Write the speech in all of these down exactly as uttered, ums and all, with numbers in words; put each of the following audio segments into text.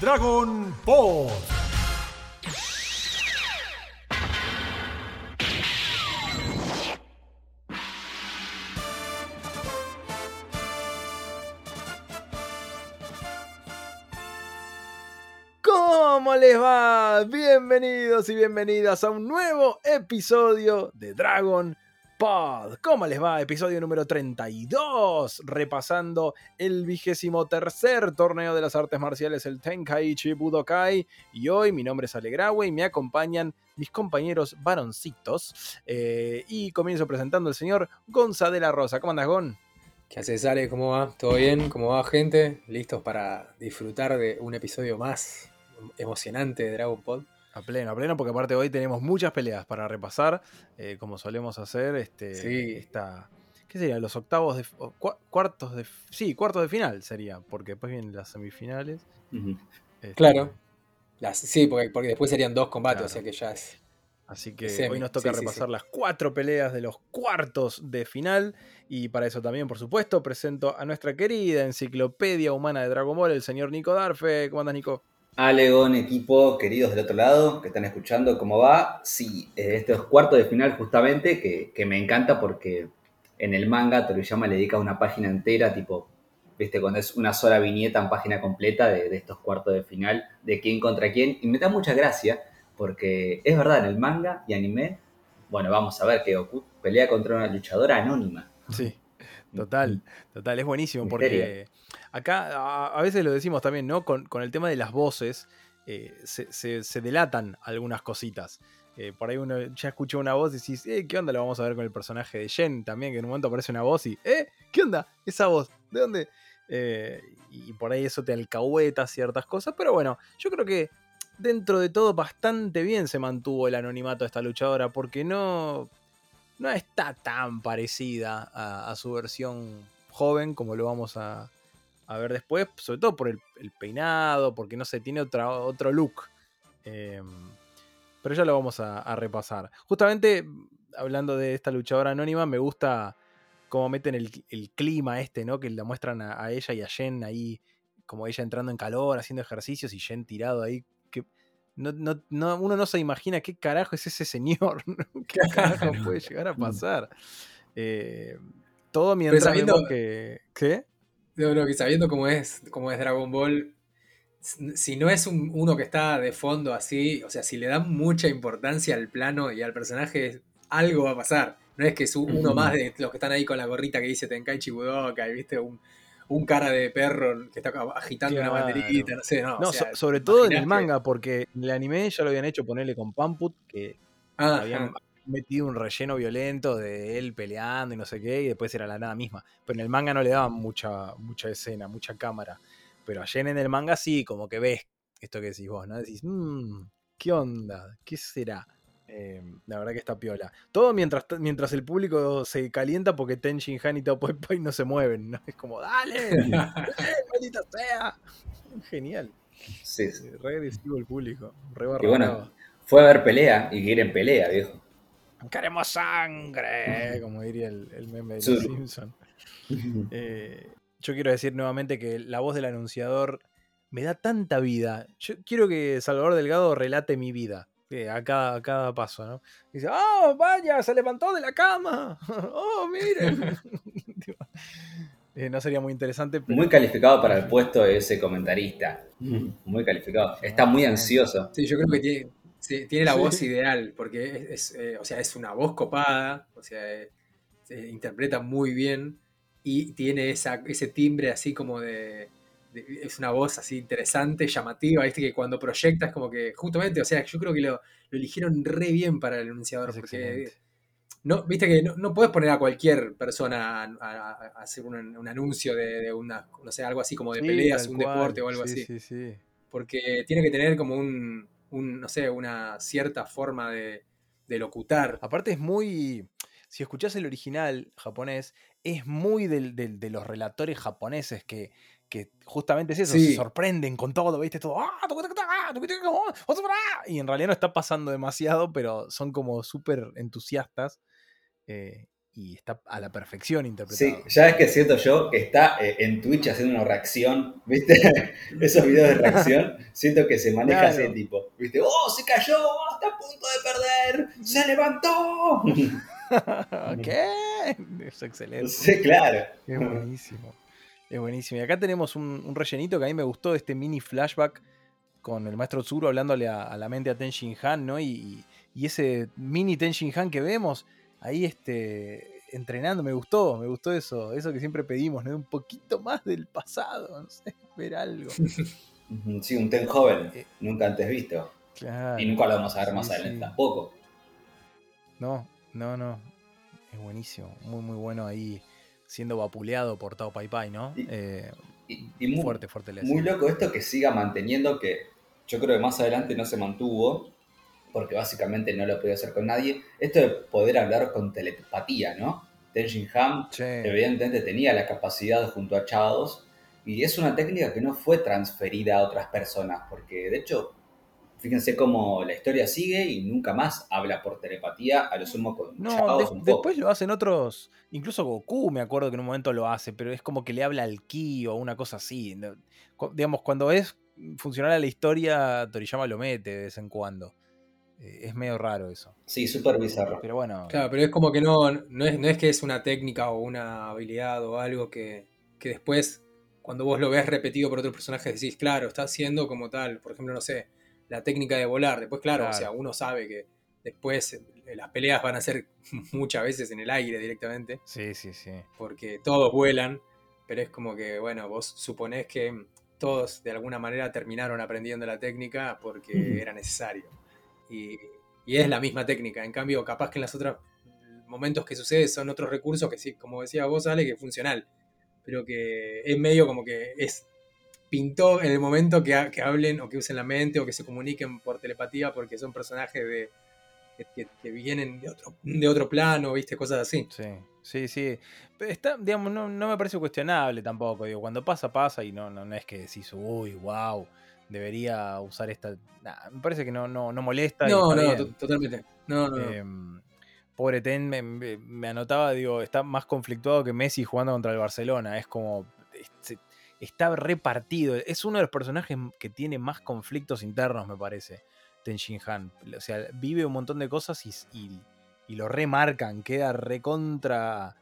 Dragon Ball. ¿Cómo les va? Bienvenidos y bienvenidas a un nuevo episodio de Dragon Pod. ¿Cómo les va? Episodio número treinta y dos, repasando el vigésimo tercer torneo de las artes marciales, el Tenkaichi Budokai. Y hoy mi nombre es Alegrawe y me acompañan mis compañeros varoncitos. Eh, y comienzo presentando al señor Gonza de la Rosa. ¿Cómo andas, Gon? ¿Qué haces, Ale? ¿Cómo va? ¿Todo bien? ¿Cómo va, gente? ¿Listos para disfrutar de un episodio más emocionante de Dragon Pod? A pleno, a pleno, porque aparte hoy tenemos muchas peleas para repasar, eh, como solemos hacer. Este, Sí. esta, ¿qué sería? Los octavos de... o cu- cuartos de... Sí, cuartos de final sería, porque después vienen las semifinales. Uh-huh. Este, Claro. Las, sí, porque, porque después serían dos combates, claro. o sea que ya es... Así que semi. hoy nos toca Sí, sí, repasar sí. las cuatro peleas de los cuartos de final. Y para eso también, por supuesto, presento a nuestra querida enciclopedia humana de Dragon Ball, el señor Nico Darfe. ¿Cómo andas, Nico? Alegon, equipo, queridos del otro lado, que están escuchando, ¿cómo va? Sí, eh, este es cuarto de final justamente, que, que me encanta porque en el manga Toriyama le dedica una página entera, tipo, viste, cuando es una sola viñeta en página completa de, de estos cuartos de final, de quién contra quién, y me da mucha gracia, porque es verdad, en el manga y anime, bueno, vamos a ver que Goku pelea contra una luchadora anónima. Sí, total, total, es buenísimo Misterio. porque acá a, a veces lo decimos también, ¿no? Con, con el tema de las voces eh, se, se- se delatan algunas cositas. Eh, por ahí uno ya escuchó una voz y decís, eh, ¿qué onda lo vamos a ver con el personaje de Jen también? Que en un momento aparece una voz y, ¿eh? ¿Qué onda? Esa voz, ¿de dónde? Eh, y por ahí eso te alcahueta ciertas cosas, pero bueno, yo creo que dentro de todo bastante bien se mantuvo el anonimato de esta luchadora porque no no está tan parecida a, a su versión joven como lo vamos a, a ver después, sobre todo por el, el peinado, porque no sé, tiene otra, otro look. Eh, pero ya lo vamos a, a repasar. Justamente, hablando de esta luchadora anónima, me gusta cómo meten el, el clima este, ¿no? Que la muestran a, a ella y a Jen ahí, como ella entrando en calor, haciendo ejercicios y Jen tirado ahí. Que no, no, no, uno no se imagina qué carajo es ese señor, ¿no? ¿Qué carajo Claro. puede llegar a pasar? Eh, todo Pero mientras sabiendo, vemos que... ¿Qué? no, no, que sabiendo cómo es, cómo es Dragon Ball, si no es un, uno que está de fondo así, o sea, si le dan mucha importancia al plano y al personaje, algo va a pasar. No es que es uno más de los que están ahí con la gorrita que dice Tenkaichi Budokai, ¿viste? Un, un cara de perro que está agitando una Claro. banderita, no sé, no. No, O so- sea, sobre ¿te todo en el imaginás que...? manga, porque en el anime ya lo habían hecho ponerle con Pamput, que habían Ajá. metido un relleno violento de él peleando y no sé qué, y después era la nada misma. Pero en el manga no le daban mucha, mucha escena, mucha cámara. Pero allá en el manga sí, como que ves esto que decís vos, ¿no? Decís, mmm, ¿qué onda? ¿Qué será? Eh, la verdad que está piola. Todo mientras, mientras el público se calienta porque Tenshin Han y Tao Pai Pai no se mueven, ¿no? Es como, ¡dale! ¡Eh, maldita sea! Genial. Sí, sí. Eh, Re agresivo el público, re Y barra bueno, brava. fue a ver pelea y quieren pelea, viejo. ¡Queremos sangre! Como diría el, el meme de los Sur. Simpsons. Eh, yo quiero decir nuevamente que la voz del anunciador me da tanta vida. Yo quiero que Salvador Delgado relate mi vida. eh, a, cada, a cada paso, ¿no? Dice, ¡oh, vaya! ¡Se levantó de la cama! ¡Oh, miren! Eh, no sería muy interesante, Muy pero... calificado para el puesto de ese comentarista. Muy calificado. Está muy Definitivamente. ansioso. Sí, yo creo que tiene, sí, tiene la voz Sí. ideal, porque es, es, eh, o sea, es una voz copada, o sea, eh, se interpreta muy bien y tiene esa, ese timbre así como de, de- es una voz así interesante, llamativa, ¿viste? Que cuando proyecta es como que, justamente, o sea, yo creo que lo, lo eligieron re bien para el anunciador, Es porque excelente. no, viste que no, no puedes poner a cualquier persona a, a- a hacer un, un anuncio de, de una, no sé, algo así como de Sí, peleas, tal un deporte cual. o algo Sí, así sí, sí. porque tiene que tener como un, un, no sé, una cierta forma de, de locutar. Aparte es muy... Si escuchás el original japonés, es muy del, del- de los relatores japoneses que, que justamente es eso, se Sí, sorprenden con todo, ¿viste? Todo... "Ah, tucu, tucu, tucu, ah, tucu, tucu, tucu, osu, ah", y en realidad no está pasando demasiado, pero son como súper entusiastas. eh, y está a la perfección Sí, interpretado. ya es que siento yo que está eh, en Twitch haciendo una reacción, ¿viste? Esos videos de reacción, siento que se maneja así Claro. tipo, ¿viste? ¡Oh, se cayó! ¡Está a punto de perder! ¡Se levantó! ¿Qué? Es excelente. Sí, claro. Es buenísimo. Es buenísimo. Y acá tenemos un, un rellenito que a mí me gustó, este mini flashback con el maestro Tsuru hablándole a, a la mente a Ten Shin Han, ¿no? Y, y ese mini Ten Shin Han que vemos ahí este, entrenando, me gustó, me gustó eso, eso que siempre pedimos, ¿no? Un poquito más del pasado, no sé, ver algo. Sí, un Ten joven, Eh, nunca antes visto. claro. Y nunca lo vamos a ver Sí, más adelante sí. tampoco. No, no, no. Es buenísimo, muy, muy bueno ahí siendo vapuleado por Tao Pai Pai, ¿no? Y, Eh, y- y muy, fuerte, fuerte la muy escena. loco esto que siga manteniendo, que yo creo que más adelante no se mantuvo, porque básicamente no lo podía hacer con nadie. Esto de poder hablar con telepatía, ¿no? Ten Shin Han Sí. evidentemente tenía la capacidad junto a Chaos, y es una técnica que no fue transferida a otras personas, porque de hecho, fíjense cómo la historia sigue y nunca más habla por telepatía, a lo sumo con No, Chaos de- un después poco. lo hacen otros. Incluso Goku, me acuerdo que en un momento lo hace, pero es como que le habla al ki o una cosa así. ¿no? Cu- Digamos, cuando es funcional a la historia, Toriyama lo mete de vez en cuando. Eh, es medio raro eso. Sí, súper bizarro. Pero bueno, Claro, pero es como que no, no es, no es que es una técnica o una habilidad o algo que, que después, cuando vos lo ves repetido por otros personajes, decís, claro, está haciendo como tal. Por ejemplo, no sé, la técnica de volar. Después, claro, o sea, claro. uno sabe que después eh, las peleas van a ser muchas veces en el aire directamente, Sí, sí, sí. porque todos vuelan, pero es como que, bueno, vos suponés que todos de alguna manera terminaron aprendiendo la técnica porque era necesario. Y, y es la misma técnica. En cambio, capaz que en los otros momentos que sucede son otros recursos que sí, como decía vos, Ale, que es funcional. Pero que es medio como que es pintó en el momento que, ha- que hablen o que usen la mente o que se comuniquen por telepatía porque son personajes de, que, que- que vienen de otro, de otro plano, viste, cosas así. Sí, sí, sí. Pero está, digamos, no, no me parece cuestionable tampoco. Digo, cuando pasa, pasa y no, no, no es que decís, uy, wow, debería usar esta. Nah, me parece que no, no, no molesta y No, está no, to- bien. totalmente. No, no, no. Em, pobre Ten me, me- me anotaba, digo, está más conflictuado que Messi jugando contra el Barcelona. Es como. este, está repartido. Es uno de los personajes que tiene más conflictos internos, me parece. Ten Shin Han. O sea, vive un montón de cosas y, y- y lo remarcan. Queda recontra.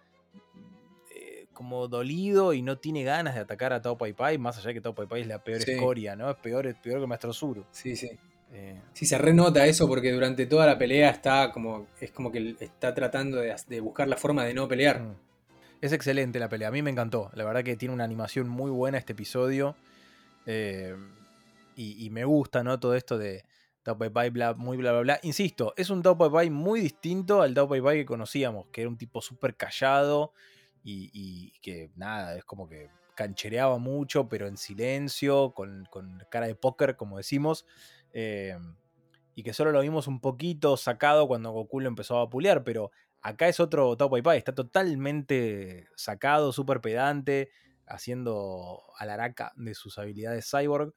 eh, como dolido y no tiene ganas de atacar a Tao Pai Pai. Más allá de que Tao Pai Pai es la peor Sí, escoria, ¿no? Es peor, es peor que Maestro Zuru. sí, sí. Eh, Sí, se renota eso porque durante toda la pelea está como. Es como que está tratando de, de buscar la forma de no pelear. mm. Es excelente la pelea, a mí me encantó. La verdad que tiene una animación muy buena este episodio. eh, y, y me gusta, ¿no? Todo esto de Tao Pai Pai, bla, muy bla, bla, bla. Insisto, es un Tao Pai Pai muy distinto al Tao Pai Pai que conocíamos, que era un tipo súper callado y, y que nada, es como que canchereaba mucho, pero en silencio, con, con cara de póker, como decimos. eh, y que solo lo vimos un poquito sacado cuando Goku lo empezó a vapulear, pero acá es otro Tao Pai Pai, está totalmente sacado, súper pedante, haciendo alaraca de sus habilidades cyborg.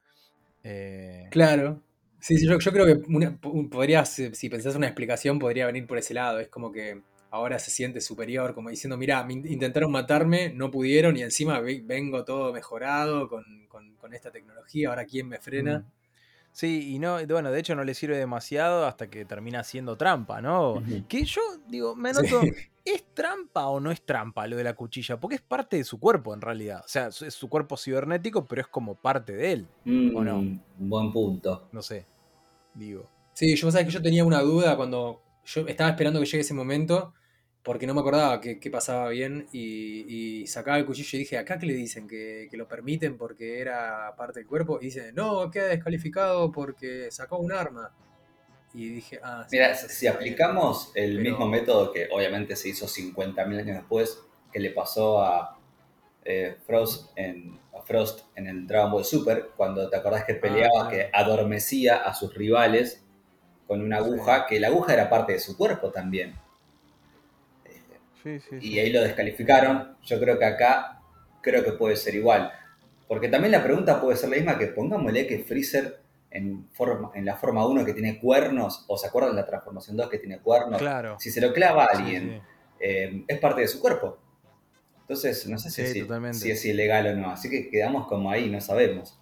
Eh, Claro. Sí, sí, yo, yo creo que una- un- podría, si si pensás una explicación, podría venir por ese lado. Es como que ahora se siente superior, como diciendo, mirá, me in- intentaron matarme, no pudieron y encima ve- vengo todo mejorado con, con- con esta tecnología, ahora quién me mm. frena. Sí, y no, bueno, de hecho no le sirve demasiado hasta que termina siendo trampa, ¿no? Ujú. Que yo digo, me Sí. anoto, ¿es trampa o no es trampa lo de la cuchilla? Porque es parte de su cuerpo en realidad. O sea, es su cuerpo cibernético, pero es como parte de él, ¿o no? Mm, buen punto. No sé, digo. Sí, yo sabes que yo tenía una duda cuando yo estaba esperando que llegue ese momento, porque no me acordaba qué, qué pasaba bien, y, y sacaba el cuchillo y dije, ¿acá qué le dicen? ¿Que, que lo permiten porque era parte del cuerpo? Y dicen, no, queda descalificado porque sacó un arma. Y dije, ah, sí, Mira, entonces si está bien. aplicamos el mismo Pero, método que obviamente se hizo cincuenta mil años después, que le pasó a, eh, Frost, en, a Frost en el Dragon Ball Super, cuando te acordás que Ah, peleaba, que claro. adormecía a sus rivales con una Sí, aguja, que la aguja era parte de su cuerpo también. sí, sí, Y sí. ahí lo descalificaron. Yo creo que acá creo que puede ser igual. Porque también la pregunta puede ser la misma, que pongámosle que Freezer en, forma, en la forma uno que tiene cuernos, o se acuerdan de la transformación dos que tiene cuernos, Claro. si se lo clava a Sí, alguien, sí. eh, es parte de su cuerpo. Entonces, no sé si, Sí, si, si totalmente. es ilegal o no. Así que quedamos como ahí, no sabemos.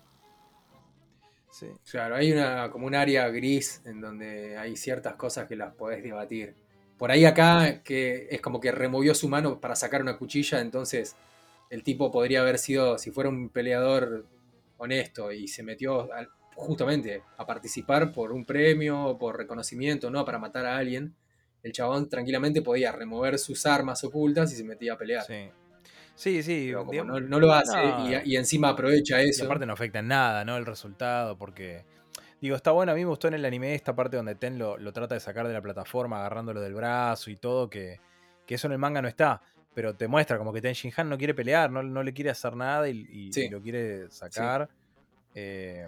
Sí. Claro, hay una, como un área gris en donde hay ciertas cosas que las podés debatir. Por ahí acá, que es como que removió su mano para sacar una cuchilla, entonces el tipo podría haber sido, si fuera un peleador honesto y se metió al- justamente a participar por un premio o por reconocimiento, no para matar a alguien, el chabón tranquilamente podía remover sus armas ocultas y se metía a pelear. Sí. Sí, sí, Pero como digamos, no, no lo hace y, no, y encima aprovecha y eso. aparte no afecta en nada, ¿no? El resultado, porque, digo, está bueno, a mí me gustó en el anime esta parte donde Ten lo, lo trata de sacar de la plataforma, agarrándolo del brazo y todo, que, que eso en el manga no está, pero te muestra como que Ten Shinhan no quiere pelear, no, no le quiere hacer nada y, y- y Sí, lo quiere sí. sacar. eh,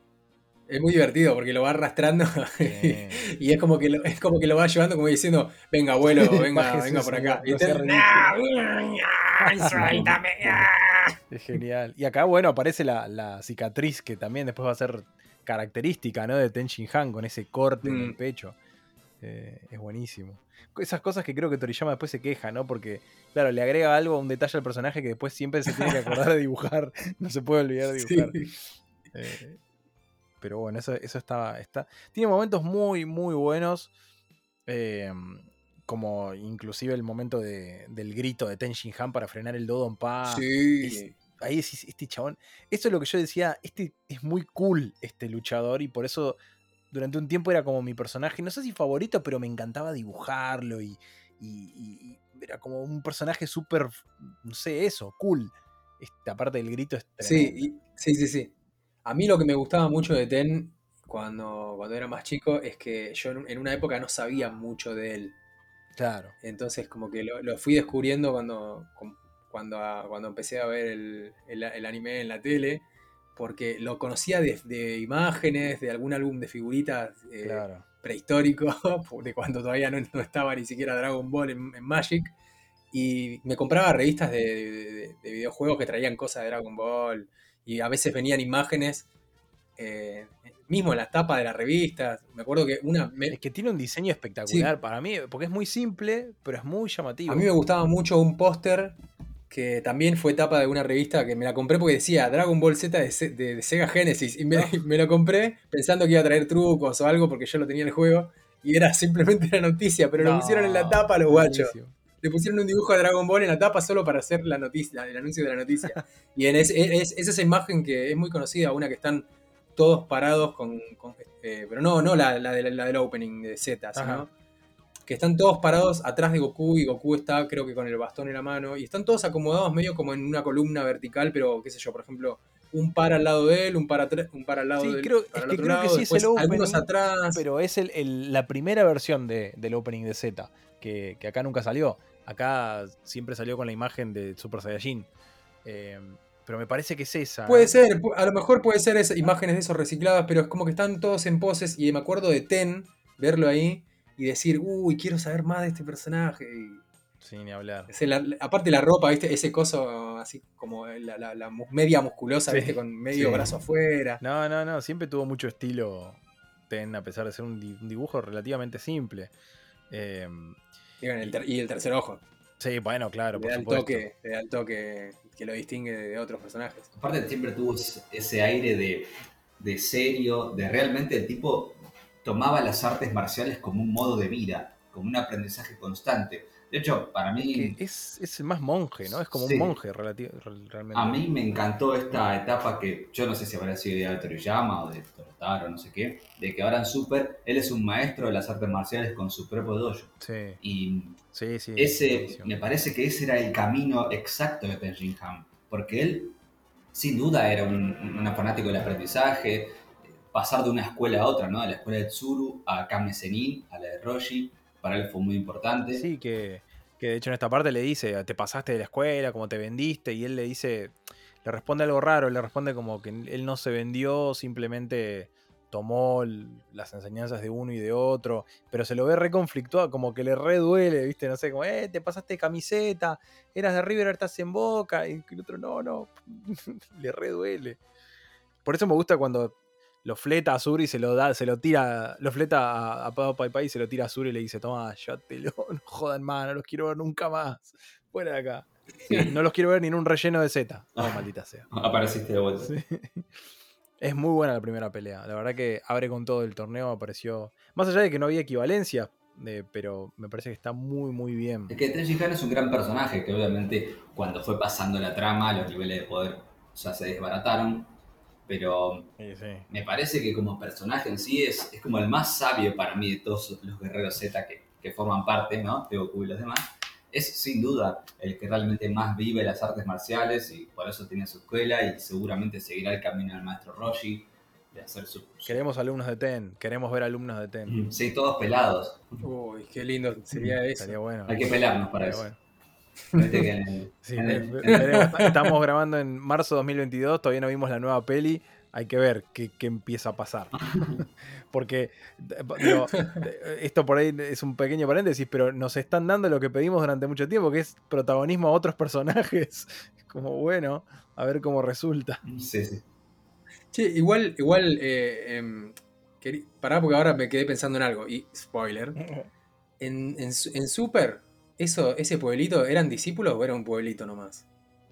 Es muy divertido porque lo va arrastrando y, sí. y es como que lo, es como que lo va llevando como diciendo, venga abuelo, venga, Bájese, venga por acá. señor, Y no sea este, ridículo. ¡ay, suéltame! ¡Ah! Es genial. Y acá, bueno, aparece la, la cicatriz que también después va a ser característica, ¿no? De Ten Shin Han con ese corte en el Mm, pecho. Eh, es buenísimo. Esas cosas que creo que Toriyama después se queja, ¿no? Porque, claro, le agrega algo, un detalle al personaje que después siempre se tiene que acordar de dibujar. No se puede olvidar de dibujar. sí, Eh, pero bueno, eso, eso está, está. Tiene momentos muy, muy buenos. eh, como inclusive el momento de- del grito de Ten Shin Han para frenar el Dodon Pa. Es, sí. ahí decís, este chabón. Eso es lo que yo decía. Este es muy cool, este luchador. Y por eso durante un tiempo era como mi personaje, no sé si favorito, pero me encantaba dibujarlo y, y- y- y era como un personaje súper, no sé, eso, cool. Esta parte del grito es Sí, tremenda. y- sí, sí, sí. A mí lo que me gustaba mucho de Ten cuando, cuando era más chico es que yo en, en una época no sabía mucho de él. Claro. Entonces como que lo, lo fui descubriendo cuando, cuando, cuando empecé a ver el, el- el anime en la tele, porque lo conocía de, de imágenes, de algún álbum de figuritas eh, Claro. prehistórico, de cuando todavía no, no estaba ni siquiera Dragon Ball en, en Magic, y me compraba revistas de, de- de videojuegos que traían cosas de Dragon Ball, y a veces venían imágenes, eh, mismo en la tapa de las revistas. Me acuerdo que una... Es me- que tiene un diseño sí, espectacular para mí, porque es muy simple, pero es muy a mí llamativo. me gustaba mucho un póster que también fue tapa de una revista que me la compré porque decía Dragon Ball Z de, Se- de- de Sega Genesis. Y me, No, me lo compré pensando que iba a traer trucos o algo porque yo lo tenía en el juego. Y era simplemente la noticia, pero lo pusieron en la no, tapa los guachos. buenísimo. Le pusieron un dibujo de Dragon Ball en la tapa solo para hacer la noticia, el anuncio de la noticia. Y en es, es- es esa imagen que es muy conocida, una que están todos parados con... con, eh, pero no, no la, la, de- la del opening de Z, Ajá. sino que están todos parados atrás de Goku y Goku está creo que con el bastón en la mano y están todos acomodados medio como en una columna vertical, pero qué sé yo, por ejemplo, un par al lado de él, un par, atra- un par al lado Sí, del, creo, para es el que otro creo que lado, sí es el después algunos opening, atrás. pero es el, el- la primera versión de- del opening de Z, que, que acá nunca salió. Acá siempre salió con la imagen de Super Saiyajin. Eh, pero me parece que es esa, Puede ¿eh? ser, pu- a lo mejor puede ser esas imágenes de esos recicladas, pero es como que están todos en poses y me acuerdo de Ten, verlo ahí y decir, uy, quiero saber más de este personaje. Y Sin ni hablar. ese, la- aparte la ropa, ¿viste? Ese coso así como la, la- la mu- media musculosa, ¿viste? Sí, Con medio Sí. brazo afuera. no, no, no, siempre tuvo mucho estilo Ten, a pesar de ser un, di- un dibujo relativamente simple. Eh, Y, bueno, el y, ter- y el tercer ojo. sí, bueno, claro, Le por da el supuesto. toque, le da el toque que lo distingue de otros personajes. Aparte siempre tuvo ese ese aire de, de serio, de realmente el tipo tomaba las artes marciales como un modo de vida, como un aprendizaje constante. De hecho, para Es que mí, es, es más monje, ¿no? Es como un sí, monje relati- re- a realmente. mí me encantó esta etapa que yo no sé si habrá sido idea de Toriyama o de Torotaro, no sé qué, de que ahora en Super él es un maestro de las artes marciales con su propio dojo. Sí, Y sí, sí, ese, buenísimo. me parece que ese era el camino exacto de Tenjin Han, porque él sin duda era un, un fanático del aprendizaje, pasar de una escuela a otra, ¿no? De la escuela de Tsuru a Kame Sennin, a la de Roshi, para él fue muy importante. Sí, que, que de hecho en esta parte le dice, te pasaste de la escuela, como te vendiste, y él le dice, le responde algo raro, le responde como que él no se vendió, simplemente tomó l- las enseñanzas de uno y de otro, pero se lo ve reconflictuado, como que le re duele, ¿viste? No sé, como, eh, te pasaste de camiseta, eras de River, ahora estás en Boca, y el otro, no, no, le re duele. Por eso me gusta cuando lo fleta a Suri y se lo da, se lo tira, lo fleta a, a Pao Pai Pai y se lo tira a Suri y le dice, toma, llévatelo, no jodan más, no los quiero ver nunca más. Fuera de acá. Sí, no los quiero ver ni en un relleno de Z. Oh, maldita sea. Apareciste de vuelta. Sí. Es muy buena la primera pelea. La verdad que abre con todo el torneo. Apareció. Más allá de que no había equivalencia. Eh, pero me parece que está muy, muy bien. Es que Tenchi Han es un gran personaje que obviamente cuando fue pasando la trama, los niveles de poder ya se desbarataron. Pero Sí, sí. me parece que como personaje en sí es, es como el más sabio para mí de todos los guerreros Z que, que forman parte, ¿no? De Goku y los demás. Es sin duda el que realmente más vive las artes marciales y por eso tiene su escuela y seguramente seguirá el camino del maestro Roshi de hacer su... su... Queremos alumnos de Ten. Queremos ver alumnos de Ten. Sí, todos pelados. Uy, qué lindo sería eso. Estaría bueno. Hay que pelarnos para Estaría eso. bueno. Viste que en el- Sí, en ve- el- ve- en el- veremos. Estamos grabando en marzo de dos mil veintidós. Todavía no vimos la nueva peli. Hay que ver qué, qué empieza a pasar. Porque, digo, esto por ahí es un pequeño paréntesis, pero nos están dando lo que pedimos durante mucho tiempo, que es protagonismo a otros personajes. Como bueno, a ver cómo resulta. Sí, sí. Che, igual, igual, eh, em, querí- pará porque ahora me quedé pensando en algo. Y, spoiler, en, en, Su- en Super, eso, ¿ese pueblito eran discípulos o era un pueblito nomás?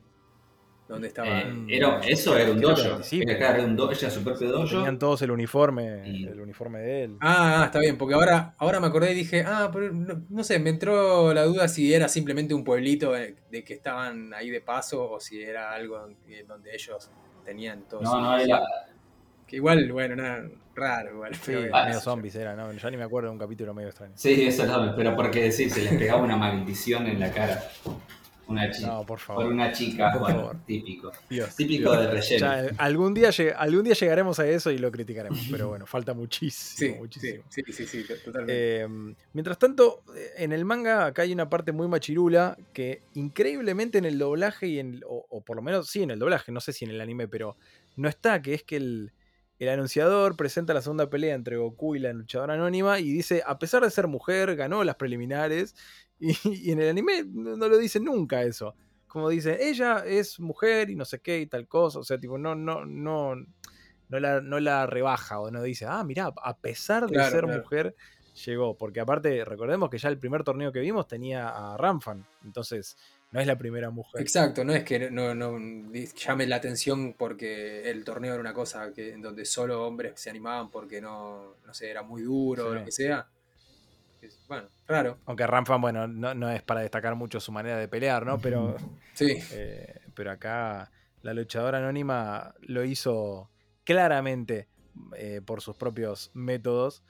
Donde estaba... Eh, era, eso era un Creo que dojo. eran discípulos. Era, era un dojo, era su propio dojo. Tenían todos el uniforme, Y- el uniforme de él. Ah, ah, está bien, porque ahora, ahora me acordé y dije, ah, pero no, no sé, me entró la duda si era simplemente un pueblito de, de que estaban ahí de paso o si era algo en- donde ellos tenían todos No, sus- no, era, Que igual, bueno, nada, raro igual. Sí, pero Ah, medio qué sé yo. zombies era, ¿no? Ya ni me acuerdo de un capítulo medio extraño. sí, eso no, pero porque sí, se les pegaba una maldición en la cara. Una chica. No, por favor. Por una chica, Por bueno, favor. típico. Dios, Típico Dios. de relleno. Ya, eh, algún, día lleg- algún día llegaremos a eso y lo criticaremos, pero bueno, falta muchísimo, Sí, sí, muchísimo. sí, sí, sí, to- totalmente. Eh, mientras tanto, eh, en el manga acá hay una parte muy machirula que increíblemente en el doblaje, y en, o, o por lo menos sí en el doblaje, no sé si en el anime, pero no está, que es que el, el anunciador presenta la segunda pelea entre Goku y la luchadora anónima y dice, a pesar de ser mujer, ganó las preliminares, y, y en el anime no, no lo dice nunca eso. Como dice, ella es mujer y no sé qué y tal cosa, o sea, tipo, no, no, no, no la, no la rebaja o no dice, ah, mirá, a pesar de Claro, ser claro. mujer, llegó. Porque aparte, recordemos que ya el primer torneo que vimos tenía a Ramfan, entonces no es la primera mujer. Exacto, no es que no, no llame la atención porque el torneo era una cosa que, en donde solo hombres se animaban porque no, no sé, era muy duro o Sí. lo que sea. Es, bueno, raro. Aunque Ramfan, bueno, no, no es para destacar mucho su manera de pelear, ¿no? Pero, Sí, eh, pero acá la luchadora anónima lo hizo claramente eh, por sus propios métodos.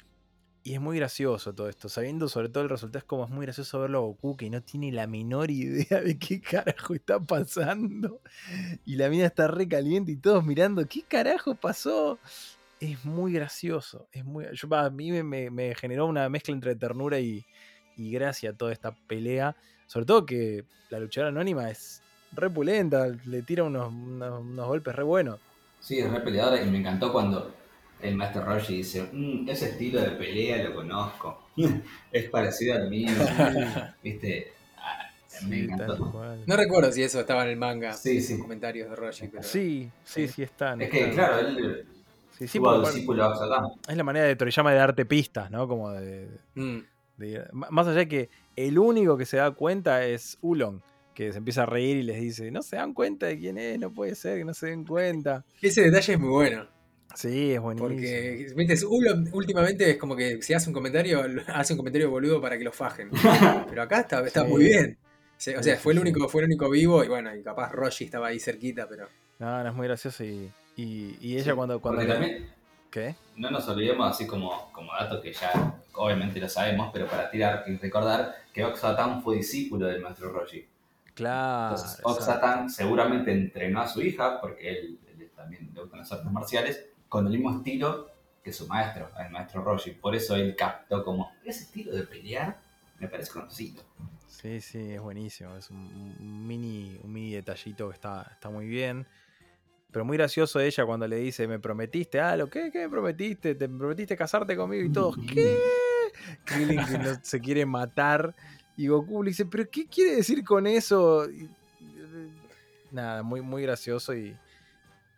Y es muy gracioso todo esto, sabiendo sobre todo el resultado, es como es muy gracioso verlo a Goku que no tiene la menor idea de qué carajo está pasando. Y la mina está re caliente y todos mirando, ¿qué carajo pasó? Es muy gracioso. Es muy, yo, a mí me, me- me generó una mezcla entre ternura y, y gracia toda esta pelea. Sobre todo que la luchadora anónima es re pulenta, le tira unos, unos, unos golpes re buenos. Sí, es re peleadora y me encantó cuando el Master Roshi dice, "Mm, ese estilo de pelea lo conozco, es parecido al mío, viste, Ah, me Sí, tal encantó. cual. no recuerdo si eso estaba en el manga, Sí, esos sí. comentarios de Roshi, pero... Sí, sí, sí están. Es que, están. claro, él Sí, sí, tuvo porque al aparte- discípulo Axotan. es la manera de Toriyama de darte pistas, ¿no? Como de, Mm, de- m- más allá de que el único que se da cuenta es Ulon, que se empieza a reír y les dice, no se dan cuenta de quién es, no puede ser que no se den cuenta. ese detalle es muy bueno. Sí, es buenísimo. Porque, viste, uno últimamente es como que si hace un comentario, hace un comentario boludo para que lo fajen. Pero acá está, está Sí. muy bien. Sí, o Sí, sea, sí, fue el sí. único, fue el único vivo, y bueno, y capaz Roshi estaba ahí cerquita, pero. No, no, es muy gracioso y, y, y ella Sí, cuando... cuando Porque le- también ¿Qué? no nos olvidemos, así como, como dato que ya obviamente lo sabemos, pero para tirar y recordar que Oxatan fue discípulo del maestro Roshi. Claro. Entonces, exacto. Oxatan seguramente entrenó a su hija, porque él, él también le gustan las artes marciales, con el mismo estilo que su maestro, el maestro Roshi. Por eso él captó como, ese estilo de pelear me parece conocido. Sí, sí, es buenísimo. Es un, un mini, un mini detallito que está, está muy bien. Pero muy gracioso ella cuando le dice, me prometiste algo, ¿qué? ¿Qué me prometiste? ¿Te prometiste casarte conmigo? Y todos, ¿qué? Krillin que no, se quiere matar. Y Goku le dice, ¿pero qué quiere decir con eso? Y, nada, muy, muy gracioso y,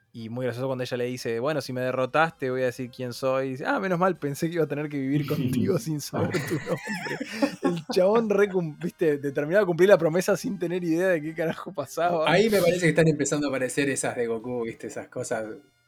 Y muy gracioso cuando ella le dice, bueno, si me derrotaste voy a decir quién soy. Y dice, ah, menos mal, pensé que iba a tener que vivir contigo sin saber tu nombre. El chabón re, viste, determinado a cumplir la promesa sin tener idea de qué carajo pasaba. Ahí me parece que están empezando a aparecer esas de Goku, viste, esas cosas,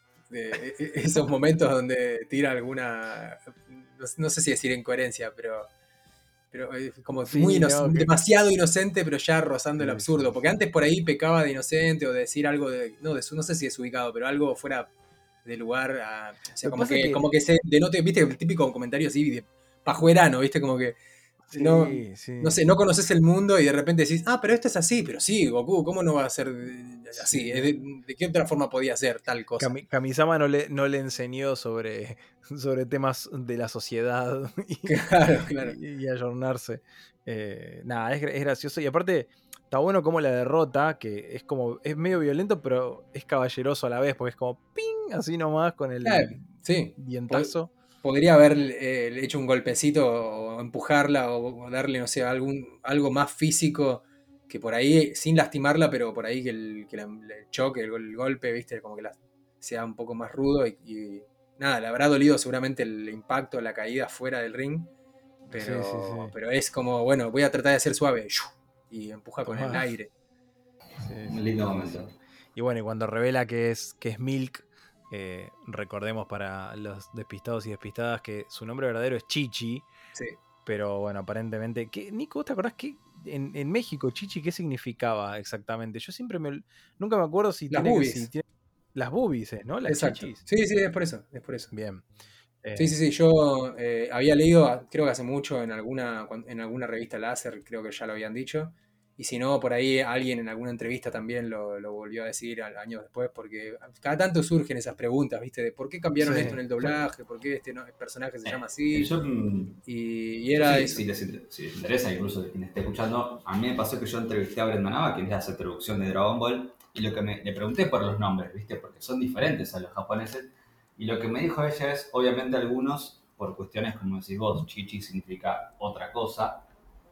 de esos momentos donde tira alguna, no, no sé si decir incoherencia, pero... pero como sí, muy ino- no, que... demasiado inocente, pero ya rozando el sí, absurdo. sí, Porque sí. antes por ahí pecaba de inocente o de decir algo de. No, de su, no sé si desubicado, pero algo fuera de lugar. A, o sea, Lo que como pasa es que, que... como que se denote, viste, el típico comentario así de pajuerano, viste, como que. No, Sí, sí. no sé, no conoces el mundo y de repente decís, ah, pero esto es así, pero sí, Goku, ¿cómo no va a ser así? Sí. ¿De, de qué otra forma podía ser tal cosa? Kami- Kamisama no le, no le enseñó sobre, sobre temas de la sociedad y, Claro, claro. y, y ayornarse. Eh, nada, es, gra- es gracioso. Y aparte, está bueno como la derrota, que es como, es medio violento, pero es caballeroso a la vez, porque es como ping, así nomás con Claro, el sí. Po- dientazo. Podría haber eh, hecho un golpecito o empujarla o, o darle, no sé, algún, algo más físico que por ahí, sin lastimarla, pero por ahí que el, que la- el choque, el, gol- el golpe, viste, como que la- sea un poco más rudo y, y nada, le habrá dolido seguramente el impacto, la caída fuera del ring, Sí, sí, pero, sí. pero es como, bueno, voy a tratar de ser suave ¡shu! Y empuja con el Tomá. aire. Sí, Un lindo sí, momento. sí. Y bueno, y cuando revela que es, que es Milk, eh, recordemos para los despistados y despistadas que su nombre verdadero es Chichi, Sí. pero bueno, aparentemente... ¿qué, Nico, ¿te acordás que en, en México Chichi qué significaba exactamente? Yo siempre me... Nunca me acuerdo si Las tiene que... Si boobies. tiene, las boobies, ¿eh? ¿No? Las Exacto. chichis. Sí, sí, es por eso, es por eso. Bien. Sí, Eh, sí, sí, yo eh, había leído, creo que hace mucho, en alguna, cuan- en alguna revista láser, creo que ya lo habían dicho. Y si no, por ahí alguien en alguna entrevista también lo, lo volvió a decir al- años después, porque cada tanto surgen esas preguntas, ¿viste? De por qué cambiaron esto en sí. el Yo, doblaje, por qué este no- personaje se llama eh, así. yo, mm, Y, y yo era sí, eso. si, les, inter- si les interesa, incluso de quien esté escuchando, a mí me pasó que yo entrevisté a Brenda Nava, quien hace traducción de Dragon Ball, y lo que me, le pregunté por los nombres, ¿viste? Porque son diferentes a los japoneses. Y lo que me dijo ella es, obviamente algunos, por cuestiones como decís vos, Chichi significa otra cosa,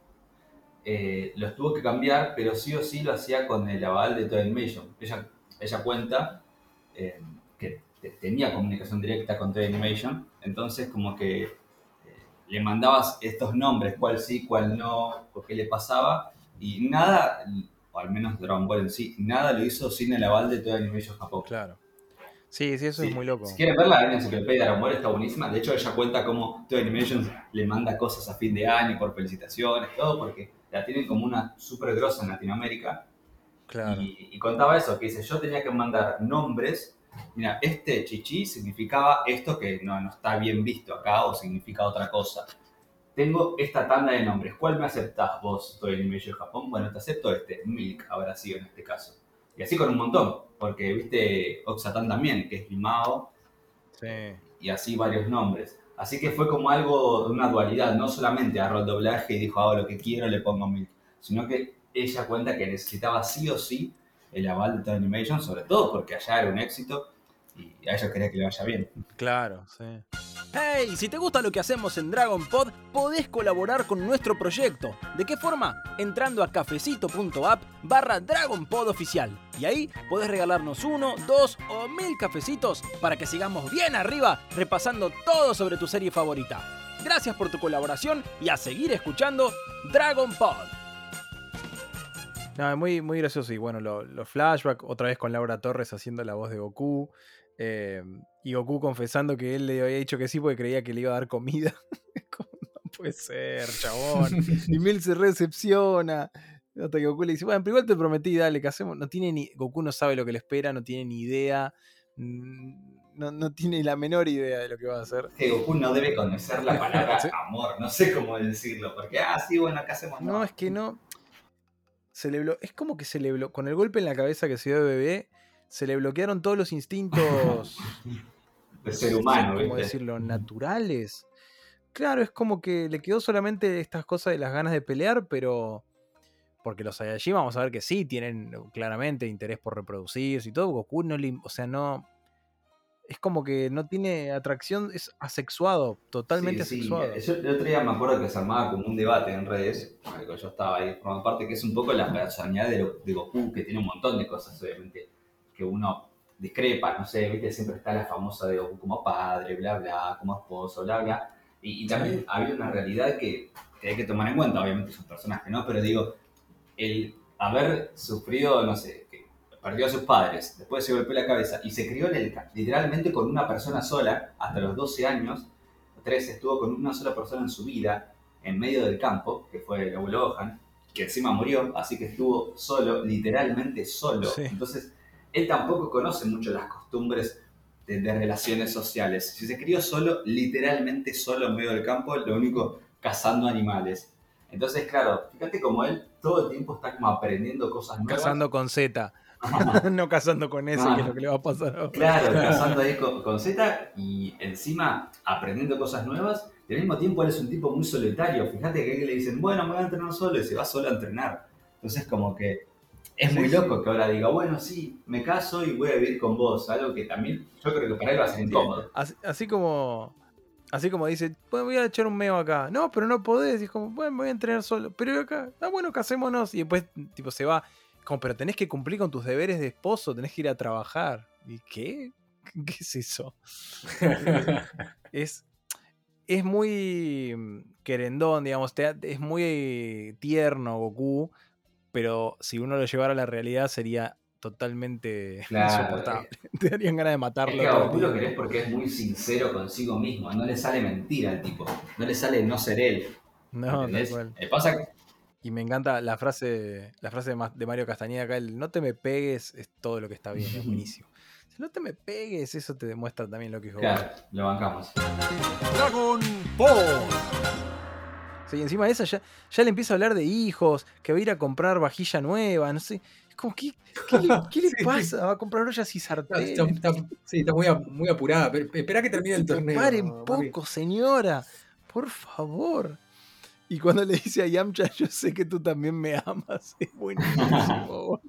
eh, los tuvo que cambiar, pero sí o sí lo hacía con el aval de Toei Animation. Ella, ella cuenta eh, que te- tenía comunicación directa con Toei Animation, entonces como que eh, le mandabas estos nombres, cuál sí, cuál no, o qué le pasaba, y nada, o al menos Dragon Ball en sí, nada lo hizo sin el aval de Toei Animation Japón. Claro. Sí, sí, eso es Sí, muy si loco. quieren verla, en la enciclopedia de Dragon Ball está buenísima. De hecho, ella cuenta cómo Toei Animation le manda cosas a fin de año por felicitaciones, todo, porque la tienen como una súper grosa en Latinoamérica. Claro. Y, y contaba eso, que dice, yo tenía que mandar nombres. Mira, este chichi significaba esto que no, no está bien visto acá o significa otra cosa. Tengo esta tanda de nombres. ¿Cuál me aceptás vos, Toei Animation Japón? Bueno, te acepto este, Milk habrá sido en este caso. Y así con un montón, porque viste Oxatan también, que es Limao, Sí. eh, y así varios nombres. Así que fue como algo de una dualidad, no solamente agarró el doblaje y dijo, hago lo que quiero, le pongo Milk, sino que ella cuenta que necesitaba sí o sí el aval de Toei Animation, sobre todo porque allá era un éxito y a ella quería que le vaya bien. Claro, sí. Hey, si te gusta lo que hacemos en Dragon Pod, podés colaborar con nuestro proyecto. ¿De qué forma? Entrando a cafecito.app barra Dragon Pod oficial. Y ahí podés regalarnos uno, dos o mil cafecitos para que sigamos bien arriba repasando todo sobre tu serie favorita. Gracias por tu colaboración y a seguir escuchando Dragon Pod. No, muy, muy gracioso. Y bueno, los lo flashbacks, otra vez con Laura Torres haciendo la voz de Goku. Eh, y Goku confesando que él le había dicho que sí porque creía que le iba a dar comida. ¿Cómo no puede ser, chabón? Y Mil se recepciona. Hasta que Goku le dice, bueno, pero igual te prometí, dale, que hacemos. No tiene ni, Goku no sabe lo que le espera, no tiene ni idea. No, no tiene la menor idea de lo que va a hacer. Que Goku no debe conocer la palabra Sí. amor, no sé cómo decirlo, porque, ah, sí, bueno, acá hacemos No, es que no. Se le blo- es como que se le blo- con el golpe en la cabeza que se dio de bebé, se le bloquearon todos los instintos, de no ser sé humano, cómo ¿viste? decirlo, naturales. Claro, es como que le quedó solamente estas cosas de las ganas de pelear, pero porque los Saiyajin vamos a ver que sí tienen claramente interés por reproducirse y todo. Goku no le, o sea, no, es como que no tiene atracción, es asexuado, Sí, totalmente sí. asexuado. Yo el otro día me acuerdo que se armaba como un debate en redes, cuando yo estaba ahí formando parte, que es un poco la personalidad de, de Goku, que tiene un montón de cosas, obviamente, que uno discrepan, no sé, viste, siempre está la famosa de Goku como padre, bla, bla, como esposo, bla, bla. Y, y también había una realidad que, que hay que tomar en cuenta, obviamente es un personaje, ¿no? Pero digo, el haber sufrido, no sé, que perdió a sus padres, después se golpeó la cabeza y se crió en el, literalmente con una persona sola, hasta los doce años, trece, estuvo con una sola persona en su vida, en medio del campo, que fue el abuelo Gohan, que encima murió, así que estuvo solo, literalmente solo. Sí. Entonces, él tampoco conoce mucho las costumbres de, de relaciones sociales. Si se crió solo, literalmente solo en medio del campo, lo único cazando animales. Entonces, claro, fíjate como él todo el tiempo está como aprendiendo cosas nuevas. Cazando con Z, no cazando con S, No, que es no. lo que le va a pasar ahora. Claro, cazando ahí con, con Z y encima aprendiendo cosas nuevas. Y al mismo tiempo él es un tipo muy solitario. Fíjate que a él le dicen, bueno, me voy a entrenar solo y se va solo a entrenar. Entonces como que es muy Sí, loco sí. que ahora diga, bueno, sí, me caso y voy a vivir con vos. Algo que también yo creo que para él va a ser Sí, incómodo. así, así como así como dice, bueno, voy a echar un meo acá. No, pero no podés. Y es como, bueno, me voy a entrenar solo. Pero acá, ah, bueno, casémonos. Y después, tipo, se va. Como, pero tenés que cumplir con tus deberes de esposo, tenés que ir a trabajar. ¿Y qué? ¿Qué es eso? Eh, es, es muy mm, querendón, digamos. te- es muy tierno Goku. Pero si uno lo llevara a la realidad sería totalmente Claro, es, insoportable. Te darían ganas de es que matarlo a todo el Goku lo tiempo. querés porque es muy sincero consigo mismo. No le sale mentira al tipo. No le sale no ser él. No, tal ¿Entendés? cual. Eh, pasa que Y me encanta la frase, la frase de Ma- de Mario Castañeda acá, el no te me pegues es todo lo que está bien, es buenísimo. Si no te me pegues, eso te demuestra también lo que es Goku. claro, lo bancamos. Dragon Ball. Sí, encima de esa ya, ya le empieza a hablar de hijos, que va a ir a comprar vajilla nueva, no sé. Es como, ¿qué, qué le, qué le Sí. pasa? Va a comprar ollas y Está, sartenes. está- sí, está muy, a- muy apurada. Pero espera que termine el Tipo, torneo. paren mami. poco, señora. Por favor. Y cuando le dice a Yamcha, yo sé que tú también me amas. Es buenísimo.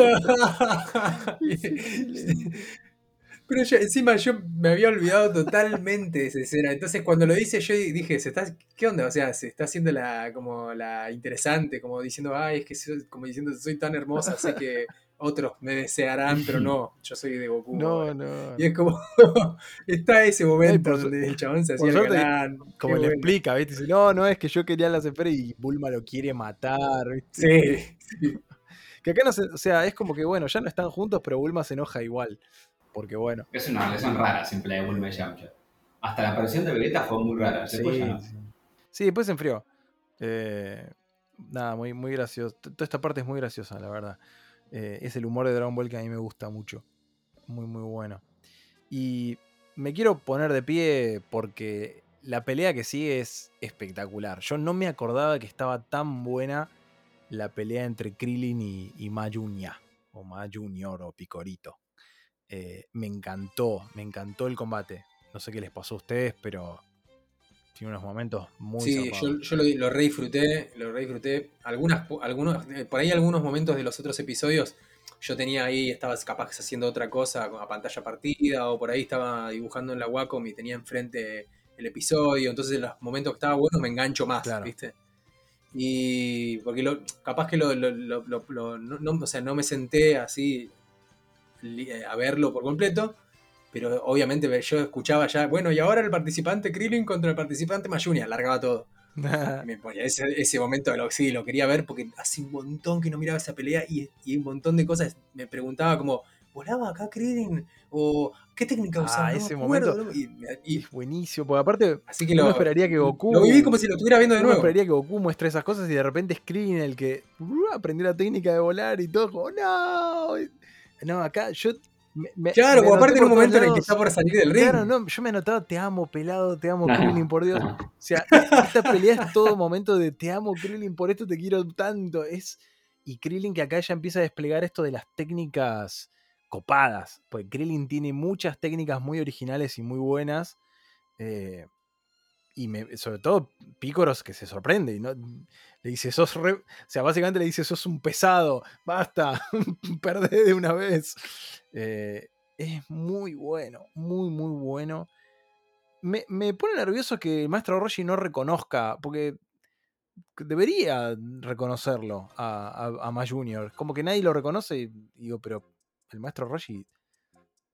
Es excelente. Pero yo, encima yo me había olvidado totalmente de esa escena. Entonces cuando lo dice yo dije, ¿se está, ¿qué onda? O sea, se está haciendo la, como la interesante, como diciendo, ay, es que soy, como diciendo, soy tan hermosa, sé que otros me desearán, pero no, yo soy de Goku No, ahora. no. Y es como, está ese No, y momento por, su- donde el chabón se por hacía el suerte, galán. Qué como le bueno. explica, ¿viste? Dice, no, no, es que yo quería las esferas y Bulma lo quiere matar, ¿viste? Sí, sí. Que acá no se, o sea, es como que bueno, ya no están juntos, pero Bulma se enoja igual. Porque bueno. Es una relación rara siempre la de Bulma y Yamcha. Hasta la aparición de Vegeta fue muy rara, después ya Sí, no. sí. Sí, después se enfrió. Eh, nada, muy, muy gracioso. T- Toda esta parte es muy graciosa, la verdad. Eh, es el humor de Dragon Ball que a mí me gusta mucho. Muy, muy bueno. Y me quiero poner de pie porque la pelea que sigue es espectacular. Yo no me acordaba que estaba tan buena la pelea entre Krillin y, y Ma Junior, o Ma Junior o Picorito. Eh, me encantó, me encantó el combate. No sé qué les pasó a ustedes, pero tiene unos momentos muy Sí, zarpados. yo, yo lo, lo re disfruté, lo re disfruté. Algunas, algunos, eh, por ahí algunos momentos de los otros episodios, yo tenía ahí, estaba capaz haciendo otra cosa a pantalla partida, o por ahí estaba dibujando en la Wacom y tenía enfrente el episodio, entonces en los momentos que estaba bueno me engancho más, Claro. ¿viste? Y porque lo, capaz que lo, lo- lo- lo- lo- no, no- o sea, no me senté así li- a verlo por completo, pero obviamente yo escuchaba ya, bueno, y ahora el participante Krillin contra el participante Mayunia, largaba todo. Y me ponía ese, ese momento de lo sí, lo quería ver porque hace un montón que no miraba esa pelea y, y un montón de cosas me preguntaba como, ¿volaba acá Krillin? ¿O qué técnica usaba? Ah, No me ese acuerdo. momento ¿no? Y, y- es buenísimo, porque aparte así que uno lo, esperaría que lo viví como Goku si lo estuviera viendo de uno nuevo. esperaría que Goku muestre esas cosas y de repente es Krillin el que uh, aprendió la técnica de volar y todo, como, no. No, acá yo me, me- Claro, me como anoté aparte en un por todos momento en el que está lados. por salir del Claro, ring. no, yo me anotaba, te amo, pelado, te amo, Krillin, por Dios. O sea, esta pelea es todo momento de te amo, Krillin, por esto te quiero tanto. Es, y Krillin que acá ya empieza a desplegar esto de las técnicas copadas. Porque Krillin tiene muchas técnicas muy originales y muy buenas. eh, y me- sobre todo Pícoros que se sorprende y no le dice sos re- o sea, básicamente le dice sos un pesado, basta, perdé de una vez. Eh, es muy bueno, muy muy bueno. Me, me pone nervioso que el maestro Roshi no reconozca, porque debería reconocerlo a, a, a Ma Junior. Como que nadie lo reconoce y digo, pero el maestro Roshi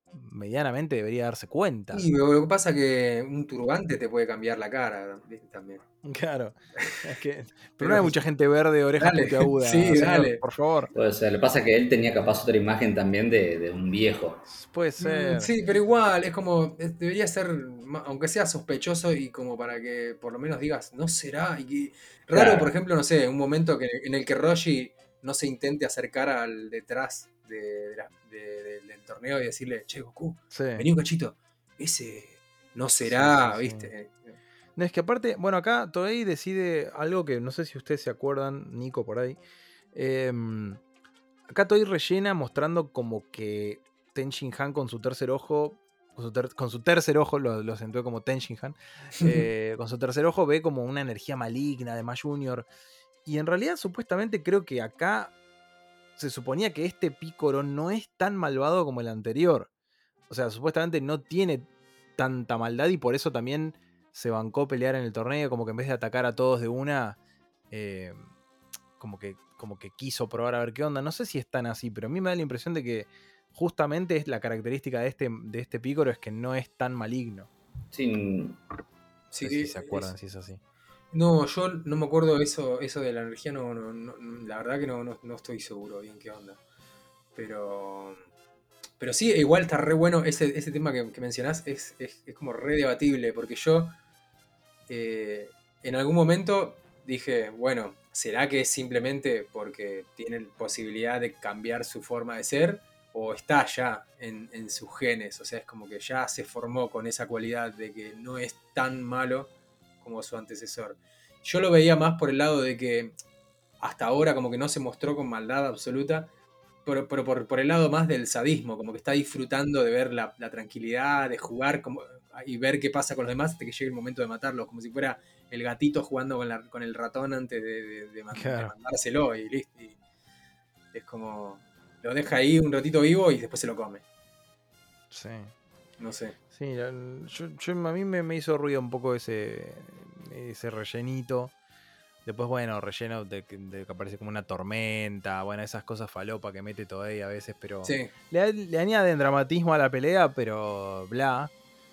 medianamente debería darse cuenta. Y lo que pasa es que un turbante te puede cambiar la cara también. Claro. Es que, pero, Pero no hay mucha gente verde, orejas dale, puntiagudas. sí, señor, dale. por favor. Puede ser. Lo que pasa es que él tenía capaz otra imagen también de, de un viejo. Puede ser. Mm, sí, pero igual, es como, es- debería ser, ma- aunque sea sospechoso y como para que por lo menos digas, no será. Y que- raro, Claro. por ejemplo, no sé, un momento que, en el que Roshi no se intente acercar al detrás de, de la- de- de- del torneo y decirle, che, Goku, Sí. vení un cachito, ese no Sí, será, sí, sí. ¿viste? No, es que aparte, bueno, acá Toei decide algo que no sé si ustedes se acuerdan, Nico, por ahí. Em, acá Toei rellena mostrando como que Ten Shin Han con su tercer ojo, con su, ter- con su tercer ojo, lo, lo acentué como Ten Shin Han, eh, con su tercer ojo ve como una energía maligna de Ma Junior. Y en realidad, supuestamente, creo que acá se suponía que este Piccolo no es tan malvado como el anterior. O sea, supuestamente no tiene tanta maldad y por eso también se bancó pelear en el torneo, como que en vez de atacar a todos de una, eh, como, que, como que quiso probar a ver qué onda. No sé si es tan así, pero a mí me da la impresión de que justamente es la característica de este, de este Piccolo es que no es tan maligno. Sin... No Sí, sé si es- se acuerdan si es así. No, yo no me acuerdo eso, eso de la energía, no, no, no, la verdad que no, no, no estoy seguro bien qué onda. Pero, pero sí, igual está re bueno ese, ese tema que, que mencionás, es, es, es como re debatible, porque yo eh, en algún momento dije, bueno, ¿será que es simplemente porque tiene posibilidad de cambiar su forma de ser? ¿O está ya en, en sus genes? O sea, es como que ya se formó con esa cualidad de que no es tan malo como su antecesor. Yo lo veía más por el lado de que hasta ahora como que no se mostró con maldad absoluta, pero, pero por, por el lado más del sadismo, como que está disfrutando de ver la, la tranquilidad, de jugar como, y ver qué pasa con los demás hasta que llegue el momento de matarlos, como si fuera el gatito jugando con, la, con el ratón antes de, de, de, man, Claro. de mandárselo y listo. Y es como, lo deja ahí un ratito vivo y después se lo come. Sí. No sé. Sí, yo, yo- a mí me, me hizo ruido un poco ese, ese rellenito. Después, bueno, relleno de, que- de que aparece como una tormenta, bueno, esas cosas falopa que mete Toei a veces, pero Sí. le, le añaden dramatismo a la pelea, pero bla.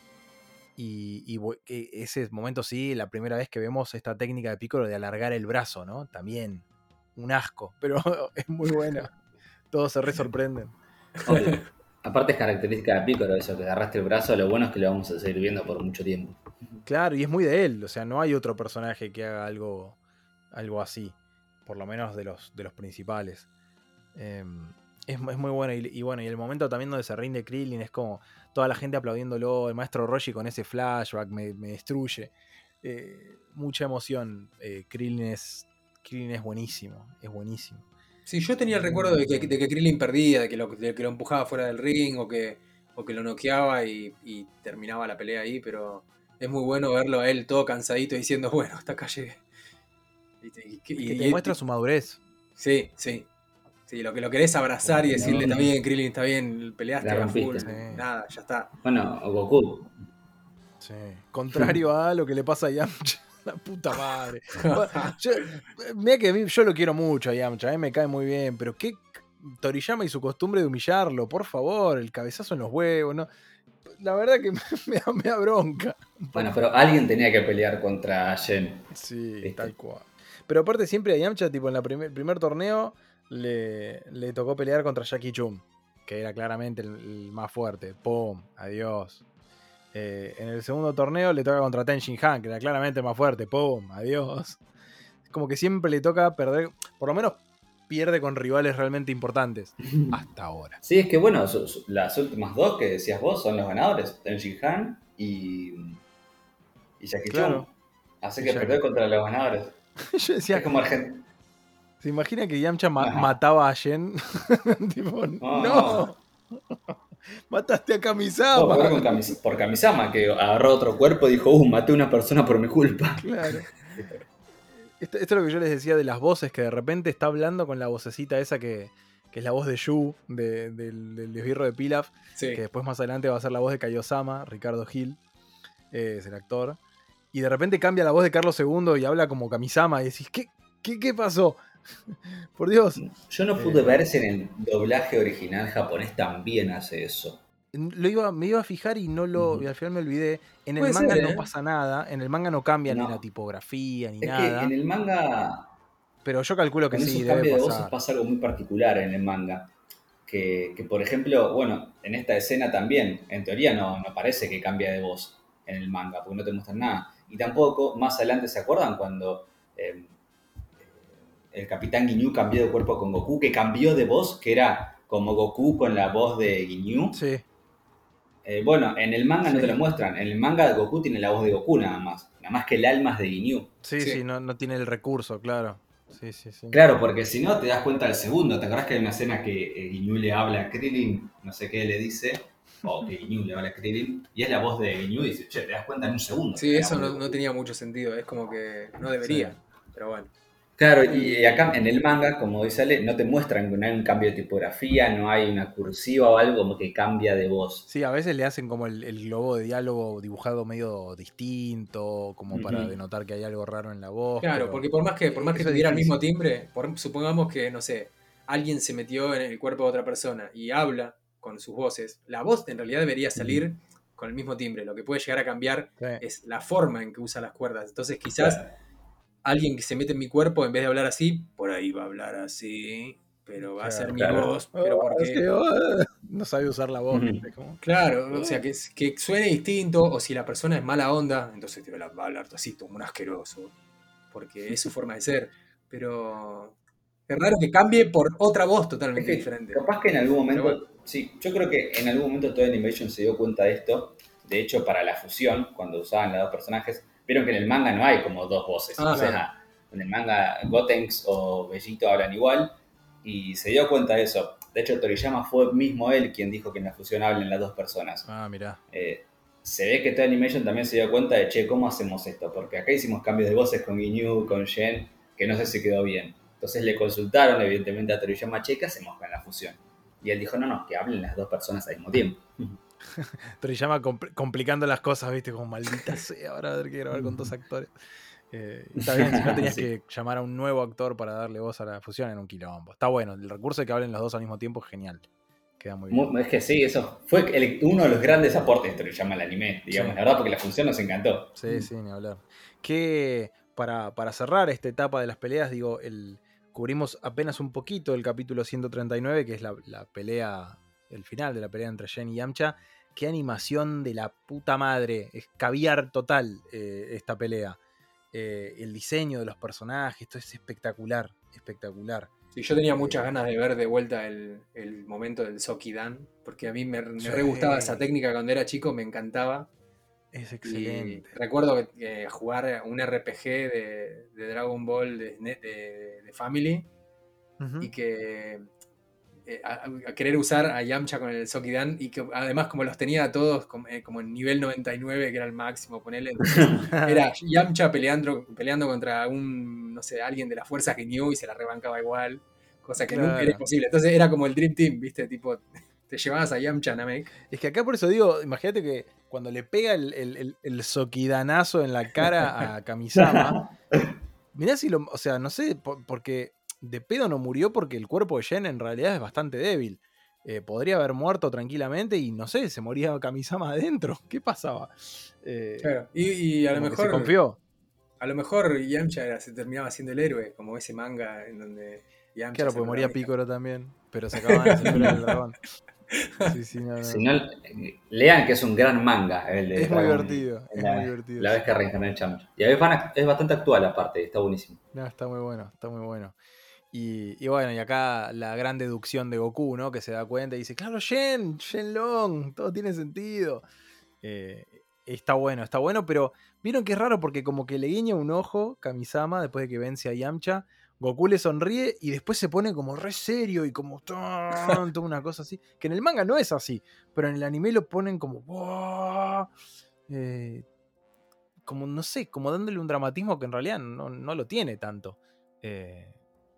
Y, y bu- que ese momento sí, la primera vez que vemos esta técnica de Piccolo de alargar el brazo, ¿no? También un asco, pero es muy buena. Todos se re sorprenden. Obvio. Aparte es característica de Piccolo eso, que agarraste el brazo, lo bueno es que lo vamos a seguir viendo por mucho tiempo. Claro, y es muy de él, o sea, no hay otro personaje que haga algo, algo así, por lo menos de los, de los principales. Eh, es, es muy bueno, y, y bueno, y el momento también donde se rinde Krillin es como toda la gente aplaudiéndolo, el maestro Roshi con ese flashback me, me destruye. Eh, mucha emoción, eh, Krillin, es, Krillin es buenísimo, es buenísimo. Sí, yo tenía el recuerdo de que, de que Krillin perdía, de que lo, de que lo empujaba fuera del ring o que, o que lo noqueaba y, y terminaba la pelea ahí, pero es muy bueno verlo a él todo cansadito diciendo, bueno, hasta acá llegué. Y, y- Es que y- te y- muestra su madurez. Sí, sí. Sí, lo que lo querés abrazar y Como decirle, peleador. está bien, Krillin, está bien, peleaste La a full, rompiste. Sí. nada, ya está. Bueno, o Goku. Sí. Contrario a lo que le pasa a Yamcha. La puta madre. Bueno, yo, mira que a mí- yo lo quiero mucho a Yamcha, a mí me cae muy bien, pero qué Toriyama y su costumbre de humillarlo, por favor, el cabezazo en los huevos, ¿no? La verdad que me, me da, me da bronca. Bueno, pero alguien tenía que pelear contra Shen. Sí, ¿Viste? tal cual. Pero aparte siempre a Yamcha, tipo en el primer, primer torneo, le, le tocó pelear contra Jackie Chun, que era claramente el, el más fuerte. ¡Pum! Adiós. Eh, en el segundo torneo le toca contra Ten Shin Han, que era claramente el más fuerte. ¡Pum! Adiós. Es como que siempre le toca perder, por lo menos pierde con rivales realmente importantes. Hasta ahora. Sí, es que bueno, su- su- las últimas dos que decías vos son los ganadores, Ten Shin Han y, y Jackie Claro. Chun. Así Y que Jackie. perdió contra los ganadores. Yo decía, Es como Argentina. ¿se imagina que Yamcha ma- Ajá. mataba a Shen? Tipo, No. no. Mataste a No, Kamisama. peor con Kamis- por Kamisama, que agarró otro cuerpo y dijo, uh, maté a una persona por mi culpa. Claro. Esto, esto es lo que yo les decía de las voces, que de repente está hablando con la vocecita esa que, que es la voz de Yu, de- del, del esbirro de Pilaf, Sí. que después más adelante va a ser la voz de Kaiosama, Ricardo Gil, eh, es el actor. Y de repente cambia la voz de Carlos segundo y habla como Kamisama y decís, ¿qué, qué, qué pasó? Por Dios. Yo no pude Eh. ver si en el doblaje original japonés también hace eso. lo iba, me iba a fijar y no lo. Ujú. Y al final me olvidé. En el Puede manga ser, no ¿eh? pasa nada. En el manga no cambia ni la No. tipografía ni Es que en nada. el manga, Pero yo calculo que con sí, esos debe cambios de voces pasar. pasa algo muy particular en el manga. Que, que, por ejemplo, bueno, en esta escena también, en teoría no, no parece que cambia de voz en el manga, porque no te muestran nada. Y tampoco, más adelante, ¿se acuerdan cuando eh, el Capitán Ginyu cambió de cuerpo con Goku? Que cambió de voz, que era como Goku con la voz de Ginyu. Sí, Eh, bueno, en el manga no te lo sí. muestran. En el manga Goku tiene la voz de Goku nada más. Nada más que el alma es de Ginyu. Sí, sí, Sí. no, no tiene el recurso, claro. Sí, sí, sí. Claro, porque si no te das cuenta del segundo. ¿Te acordás que hay una escena que eh, Ginyu le habla a Krillin, no sé qué le dice? O que Ginyu le habla a Krillin, y es la voz de Ginyu y dice, che, te das cuenta en un segundo que Sí, era la eso voz de no, no Goku. tenía mucho sentido. Es como que no Sí. debería. Pero bueno. Claro, y, y Y acá en el manga, como dice Ale, no te muestran que no hay un cambio de tipografía, no hay una cursiva o algo como que cambia de voz. sí, a veces le hacen como el, el globo de diálogo dibujado medio distinto, como para Ujú. denotar que hay algo raro en la voz, Claro, pero porque por más que, por eh, más que eso es tuviera el mismo difícil. timbre, por- supongamos que, no sé, alguien se metió en el cuerpo de otra persona y habla con sus voces, la voz en realidad debería Ujú. salir con el mismo timbre. Lo que puede llegar a cambiar Sí, es la forma en que usa las cuerdas. Entonces quizás Claro. alguien que se mete en mi cuerpo, en vez de hablar así, por ahí va a hablar así, pero va a ser claro. mi Claro. voz, pero Oh, sí, porque, oh, no sabe usar la voz, Ujú. ¿viste? Como, claro, o sea, oh. que, que suene distinto, o si la persona es mala onda, entonces te va a hablar así, como un asqueroso, porque es su forma de ser. Pero es raro que cambie por otra voz Es totalmente que diferente. capaz que en algún Pero bueno, momento, sí, yo creo que en algún momento toda Animation se dio cuenta de esto. De hecho, para la fusión, cuando usaban los dos personajes, vieron que en el manga no hay como dos voces. O ah, Claro. sea, en el manga Gotenks o Bellito hablan igual y se dio cuenta de eso. De hecho, Toriyama fue mismo él quien dijo que en la fusión hablen las dos personas. Ah, mirá. Eh, se ve que toda Animation también se dio cuenta de, che, ¿cómo hacemos esto? Porque acá hicimos cambios de voces con Ginyu, con Shen, que no sé si quedó bien. Entonces le consultaron, evidentemente, a Toriyama, che, ¿qué hacemos con la fusión? Y él dijo, no, no, que hablen las dos personas al mismo tiempo. Toriyama compl- complicando las cosas, ¿viste? Como maldita sea, ahora a ver que grabar con dos actores. Eh, está bien, si no tenías Sí. que llamar a un nuevo actor para darle voz a la fusión en un quilombo. Está bueno, el recurso de que hablen los dos al mismo tiempo es genial. Queda muy bien. Mu- Es que sí, eso fue el- uno de los grandes aportes de Toriyama al anime, digamos, Sí. la verdad, porque la función nos encantó. Sí, sí, ni hablar. Que para, para cerrar esta etapa de las peleas, digo, el, cubrimos apenas un poquito el capítulo ciento treinta y nueve, que es la, la pelea, el final de la pelea entre Shen y Yamcha. Qué animación de la puta madre, es caviar total eh, esta pelea. Eh, el diseño de los personajes, esto es espectacular, espectacular. sí, yo tenía muchas Eh, ganas de ver de vuelta el, el momento del Sokidan, porque a mí me, me sí, re gustaba esa técnica cuando era chico, me encantaba. es Y excelente. recuerdo que, que jugar un R P G de, de Dragon Ball de, de- de Family Ujú. y que eh, a, a querer usar a Yamcha con el Sokidan y que además como los tenía a todos como, eh, como en nivel noventa y nueve, que era el máximo, ponerle, entonces era Yamcha peleando, peleando contra un, no sé, alguien de las fuerzas Ginyu y se la rebancaba igual, cosa que nunca era Claro. imposible. Entonces era como el Dream Team, ¿viste? Tipo, te llevabas a Yamcha a Namek. Es que acá por eso digo, imagínate que cuando le pega el, el, el, el sokidanazo en la cara a Kamisama, mirá si lo. O sea, no sé, por- porque de pedo no murió porque el cuerpo de Shen en realidad es bastante débil. Eh, podría haber muerto tranquilamente y no sé, se moría Kamisama adentro. ¿Qué pasaba? Eh, Claro. Y, y a lo como que se mejor confió. A lo mejor Yamcha era- se terminaba siendo el héroe, como ese manga en donde Yamcha Claro, es el porque moría protagonista. Piccolo también, pero sacaban las esferas del dragón. Sí, sí, no, Si no. no, eh, lean que es un gran manga el de Es muy Dragon, divertido, es muy la, divertido. la vez Sí. que reencarnó el Yamcha. Y a veces van a- es bastante actual aparte, está buenísimo. No, está muy bueno, está muy bueno. Y, y bueno, y acá la gran deducción de Goku, ¿no? Que se da cuenta y dice, claro, Shen, Shenlong, todo tiene sentido. Eh, está bueno, está bueno, pero vieron que es raro porque como que le guiña un ojo Kamisama después de que vence a Yamcha. Goku le sonríe y después se pone como re serio y como tan, toda una cosa así. Que en el manga no es así, pero en el anime lo ponen como... "Buah", eh, como no sé, como dándole un dramatismo que en realidad no, no lo tiene tanto. Eh,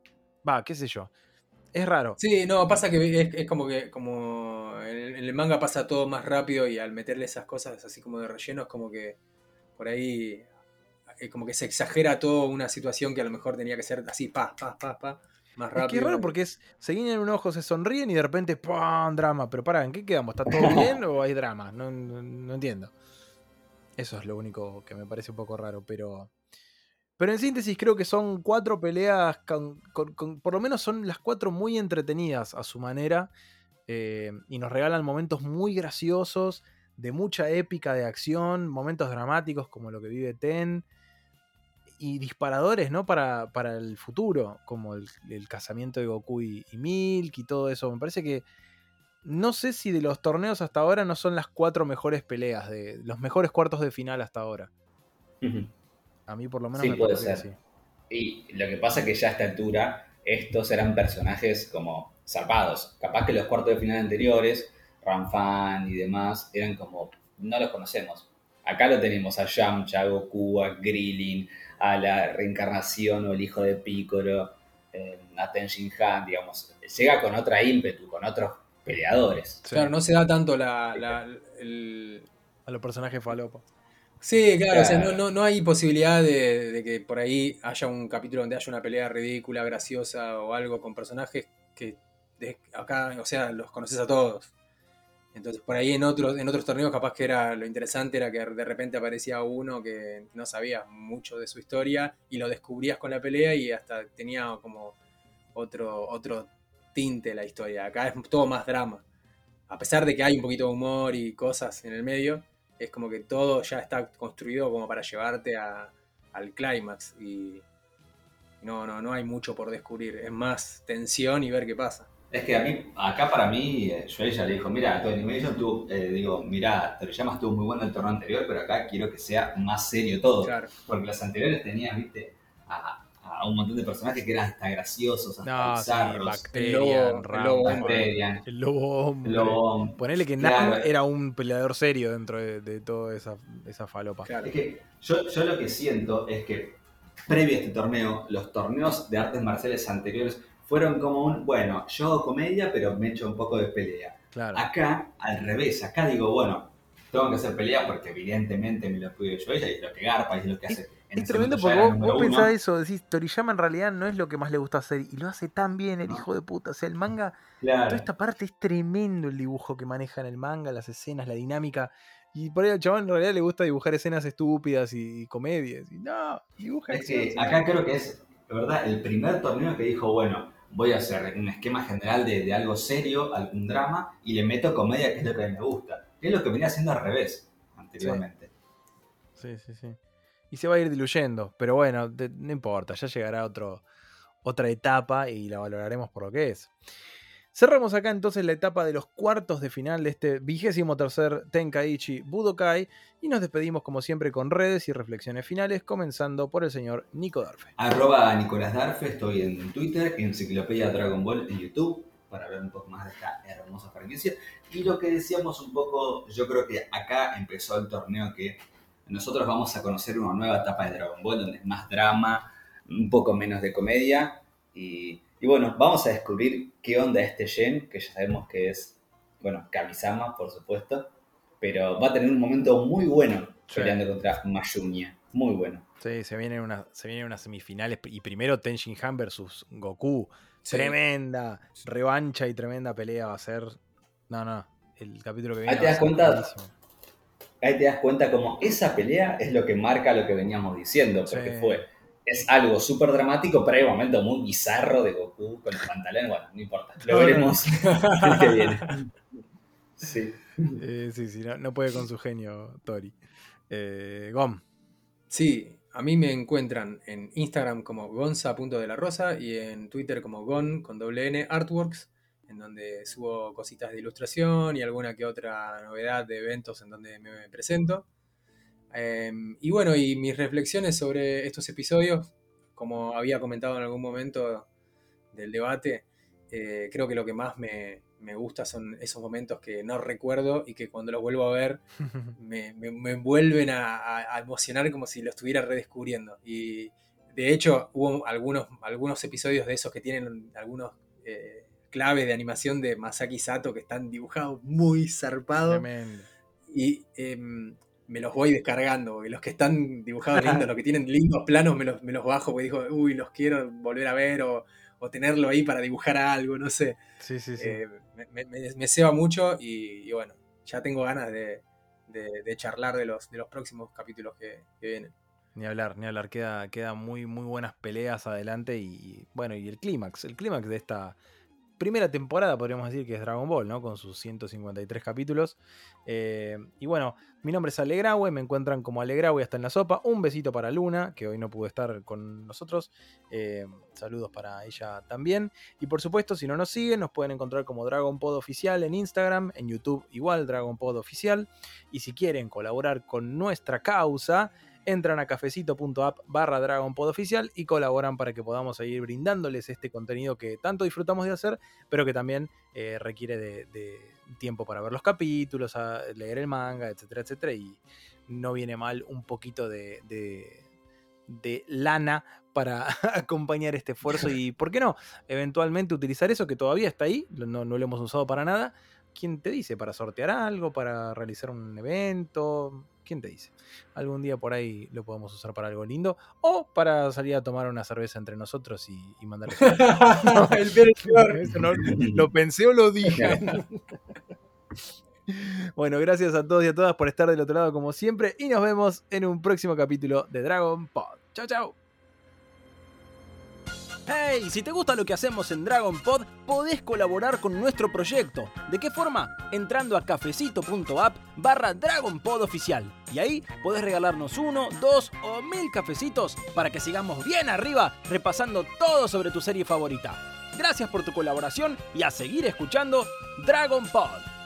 Va, qué sé yo. Es raro. Sí, no, pasa que es, es como que como en, en el manga pasa todo más rápido y al meterle esas cosas así como de relleno es como que por ahí eh, como que se exagera todo una situación que a lo mejor tenía que ser así, pa, pa, pa, pa. Más Es que es rápido. raro porque es, se guiñan un ojo, se sonríen y de repente ¡pum! Drama. Pero pará, ¿en qué quedamos? ¿Está todo bien o hay drama? No, no, no entiendo. Eso es lo único que me parece un poco raro, pero... Pero en síntesis creo que son cuatro peleas, con, con- con- por lo menos son las cuatro muy entretenidas a su manera, eh, y nos regalan momentos muy graciosos, de mucha épica de acción, momentos dramáticos como lo que vive Ten, y disparadores, ¿no? Para, para el futuro, como el, el casamiento de Goku y, y Milk y todo eso. Me parece que no sé si de los torneos hasta ahora no son las cuatro mejores peleas, de los mejores cuartos de final hasta ahora. Ujú. A mí por lo menos Sí, me puede parece que ser. sí. Y lo que pasa es que ya a esta altura, estos eran personajes como zarpados. Capaz que los cuartos de final anteriores, Ranfan y demás, eran como, no los conocemos. Acá lo tenemos a Yamcha, a Goku, a Krillin, a la reencarnación o el hijo de Piccolo, eh, a Ten Shin Han, digamos. Llega con otra ímpetu, con otros peleadores. Sí. Claro, no se da tanto la, la- el... A los personajes falopa. Sí, claro, o sea, no, Claro. no, no hay posibilidad de, de que por ahí haya un capítulo donde haya una pelea ridícula, graciosa o algo con personajes que de- acá, o sea, los conoces a todos. Entonces, por ahí en otros, en otros torneos capaz que era lo interesante era que de repente aparecía uno que no sabías mucho de su historia y lo descubrías con la pelea y hasta tenía como otro, otro tinte la historia. Acá es todo más drama. A pesar de que hay un poquito de humor y cosas en el medio, es como que todo ya está construido como para llevarte a- al clímax y no, no, no hay mucho por descubrir. Es más tensión y ver qué pasa. Es que a mí, acá para mí, eh, yo a ella le dijo, mira, tu animation tuvo, eh, digo, mira, Toriyama estuvo muy bueno el torneo anterior, pero acá quiero que sea más serio todo. Claro. Porque los anteriores tenías, viste, a, a un montón de personajes que eran hasta graciosos, hasta No, sí, bizarros. El Bacterian, lobo, el lobo Rampa, hombre. Bacterian, el lobo hombre. Lobo, Ponele que Nam claro. era un peleador serio dentro de, de toda esa, esa falopa. Claro. Es que yo, yo lo que siento es que previo a este torneo, los torneos de artes marciales anteriores fueron como un, bueno, yo hago comedia, pero me echo un poco de pelea. Claro. Acá, al revés, acá digo, bueno, tengo que hacer pelea porque evidentemente me lo pude yo ella y es lo que garpa y es lo que hace. En Es ese tremendo momento ya porque era vos, número vos uno. pensás eso, decís, Toriyama en realidad no es lo que más le gusta hacer y lo hace tan bien el ¿No? hijo de puta. O sea, el manga, Claro. toda esta parte es tremendo el dibujo que maneja en el manga, las escenas, la dinámica. Y por ahí al chabón en realidad le gusta dibujar escenas estúpidas y, y comedias. Y no, dibuja Es acción. que sí. acá creo que es, de verdad, el primer torneo que dijo, bueno, voy a hacer un esquema general de, de algo serio, algún drama, y le meto comedia, que es lo que a mí me gusta. Es lo que venía haciendo al revés anteriormente. Sí, sí, sí. Y se va a ir diluyendo. Pero bueno, de- no importa, ya llegará otro, otra etapa y la valoraremos por lo que es. Cerramos acá entonces la etapa de los cuartos de final de este vigésimo tercer Tenkaichi Budokai y nos despedimos como siempre con redes y reflexiones finales, comenzando por el señor Nico Darfe. Arroba Nicolás Darfe, estoy en Twitter, Enciclopedia Dragon Ball en YouTube, para hablar un poco más de esta hermosa franquicia. Y lo que decíamos un poco, yo creo que acá empezó el torneo que nosotros vamos a conocer una nueva etapa de Dragon Ball, donde es más drama, un poco menos de comedia. Y, y bueno, vamos a descubrir qué onda este Gen, que ya sabemos que es, bueno, Kamisama, por supuesto. Pero va a tener un momento muy bueno Sí. peleando contra Mayunia. Muy bueno. Sí, se vienen unas, se vienen unas semifinales y primero Ten Shin Han versus Goku. Sí. Tremenda revancha y tremenda pelea va a ser. No, no, el capítulo que viene Ahí te va a das ser cuenta, buenísimo. ahí te das cuenta como esa pelea es lo que marca lo que veníamos diciendo, porque Sí. fue, es algo súper dramático, pero hay un momento muy bizarro de Goku con el pantalón, bueno, no importa, lo No, no, veremos el que viene. Sí. Eh, sí, sí, no, no puede con su genio, Tori. Eh, Gom. Sí, a mí me encuentran en Instagram como gonza.delarosa y en Twitter como gon con doble n artworks, en donde subo cositas de ilustración y alguna que otra novedad de eventos en donde me presento. Eh, y bueno, y mis reflexiones sobre estos episodios, como había comentado en algún momento del debate, eh, creo que lo que más me, me gusta son esos momentos que no recuerdo y que cuando los vuelvo a ver me, me, me vuelven a, a- a emocionar como si lo estuviera redescubriendo. Y de hecho hubo algunos, algunos episodios de esos que tienen algunos eh, claves de animación de Masaki Sato que están dibujados muy zarpados Tremendo. y em, me los voy descargando, porque los que están dibujados lindos, los que tienen lindos planos, me los, me los bajo, porque digo, uy, los quiero volver a ver, o, o tenerlo ahí para dibujar algo, no sé. Sí, sí, sí. Eh, me, me, me ceba mucho y, y bueno, ya tengo ganas de, de, de charlar de los, de los próximos capítulos que, que vienen. Ni hablar, ni hablar. Queda, queda muy, muy buenas peleas adelante y bueno, y el clímax, el clímax de esta primera temporada, podríamos decir que es Dragon Ball, ¿no? Con sus ciento cincuenta y tres capítulos. Eh, y bueno, mi nombre es Alegraue, me encuentran como Alegraue hasta en la sopa. Un besito para Luna, que hoy no pudo estar con nosotros. Eh, saludos para ella también. Y por supuesto, si no nos siguen, nos pueden encontrar como Dragon Pod Oficial en Instagram, en YouTube igual, Dragon Pod Oficial. Y si quieren colaborar con nuestra causa, entran a cafecito.app barra Dragon Pod Oficial y colaboran para que podamos seguir brindándoles este contenido que tanto disfrutamos de hacer, pero que también eh, requiere de, de tiempo para ver los capítulos, a leer el manga, etcétera, etcétera. Y no viene mal un poquito de, de, de lana para acompañar este esfuerzo y, ¿por qué no? Eventualmente utilizar eso que todavía está ahí, no, no lo hemos usado para nada. ¿Quién te dice? ¿Para sortear algo? ¿Para realizar un evento? ¿Quién te dice? Algún día por ahí lo podemos usar para algo lindo. O para salir a tomar una cerveza entre nosotros y, y mandarles no, el peor. Eso no, lo pensé o lo dije. Bueno, gracias a todos y a todas por estar del otro lado como siempre. Y nos vemos en un próximo capítulo de Dragon Pod. Chau, chau. Hey, si te gusta lo que hacemos en Dragon Pod, podés colaborar con nuestro proyecto. ¿De qué forma? Entrando a cafecito.app barra Dragon Pod Oficial. Y ahí podés regalarnos uno, dos o mil cafecitos para que sigamos bien arriba repasando todo sobre tu serie favorita. Gracias por tu colaboración y a seguir escuchando Dragon Pod.